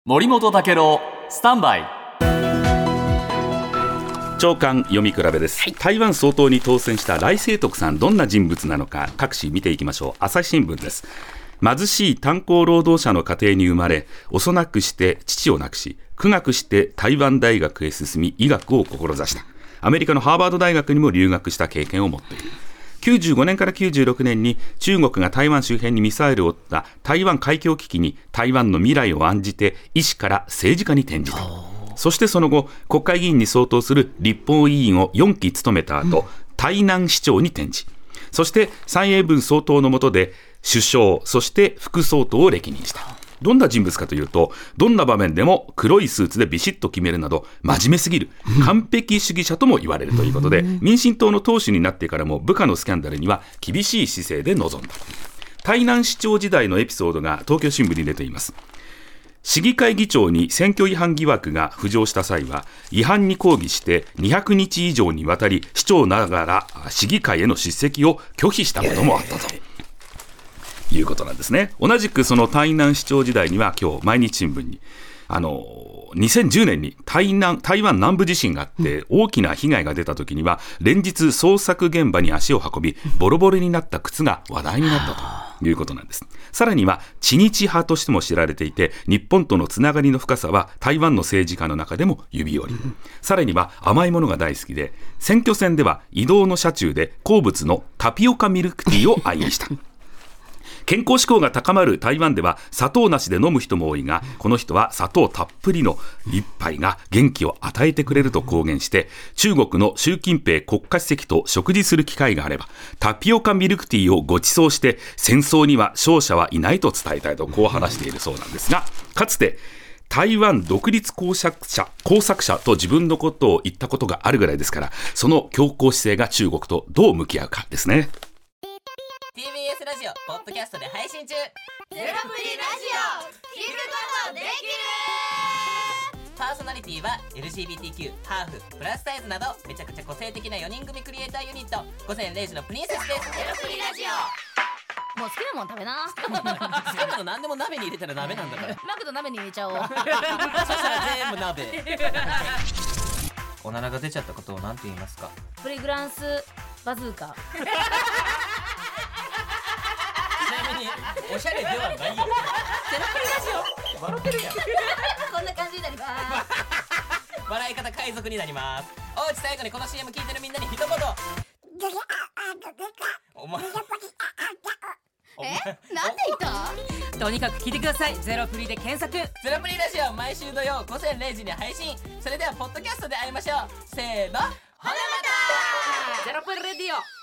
森本武郎スタンバイ長官読み比べです、台湾総統に当選した頼清徳さん、どんな人物なのか各紙見ていきましょう。朝日新聞です。貧しい炭鉱労働者の家庭に生まれ、幼くして父を亡くし、苦学して台湾大学へ進み医学を志した。アメリカのハーバード大学にも留学した経験を持っている。95年から96年に中国が台湾周辺にミサイルを撃った台湾海峡危機に台湾の未来を案じて医師から政治家に転じた。そしてその後、国会議員に相当する立法委員を4期務めた後、台南市長に転じ、そして蔡英文総統の下で首相、そして副総統を歴任した。どんな人物かというと、どんな場面でも黒いスーツでビシッと決めるなど真面目すぎる完璧主義者とも言われるということで、民進党の党首になってからも部下のスキャンダルには厳しい姿勢で臨んだ。台南市長時代のエピソードが東京新聞に出ています。市議会議長に選挙違反疑惑が浮上した際は、違反に抗議して200日以上にわたり市長ながら市議会への出席を拒否したこともあったということなんですね。同じくその台南市長時代には、今日毎日新聞に2010年に台湾南部地震があって大きな被害が出た時には、連日捜索現場に足を運び、ボロボロになった靴が話題になったということなんです。さらには知日派としても知られていて、日本とのつながりの深さは台湾の政治家の中でも指折り。さらには甘いものが大好きで、選挙戦では移動の車中で好物のタピオカミルクティーを愛飲した健康志向が高まる台湾では砂糖なしで飲む人も多いが、この人は砂糖たっぷりの一杯が元気を与えてくれると公言して、中国の習近平国家主席と食事する機会があればタピオカミルクティーをご馳走して戦争には勝者はいないと伝えたいと、こう話しているそうなんですが、かつて台湾独立工作者と自分のことを言ったことがあるぐらいですから、その強硬姿勢が中国とどう向き合うかですね。 TBS ラジオポッドキャストで配信中。ゼロプリラジオ聞くことできる。パーソナリティは LGBTQ、ハーフ、プラスサイズなどめちゃくちゃ個性的な4人組クリエイターユニット、午前0時のプリンセスです。ゼロプリラジオ、 もう好きなもん食べな。 好きなの何でも鍋に入れたら鍋なんだから。 マクド鍋に入れちゃおう。 そしたら全部鍋。おならが出ちゃったことを何て言いますか？ プリグランスバズーカ。 ちなみにおしゃれではないよ。ゼロプリラジオ笑ってるやん。 こんな感じになります。 笑い方海賊になります。おうち最後にこの CM 聞いてるみんなに一言。お前なんて言った？ とにかく聞いてください。ゼロプリで検索。 ゼロプリラジオ毎週土曜午前0時に配信。それではポッドキャストで会いましょう。せーの、ほなまた。 ゼロプリレディオ。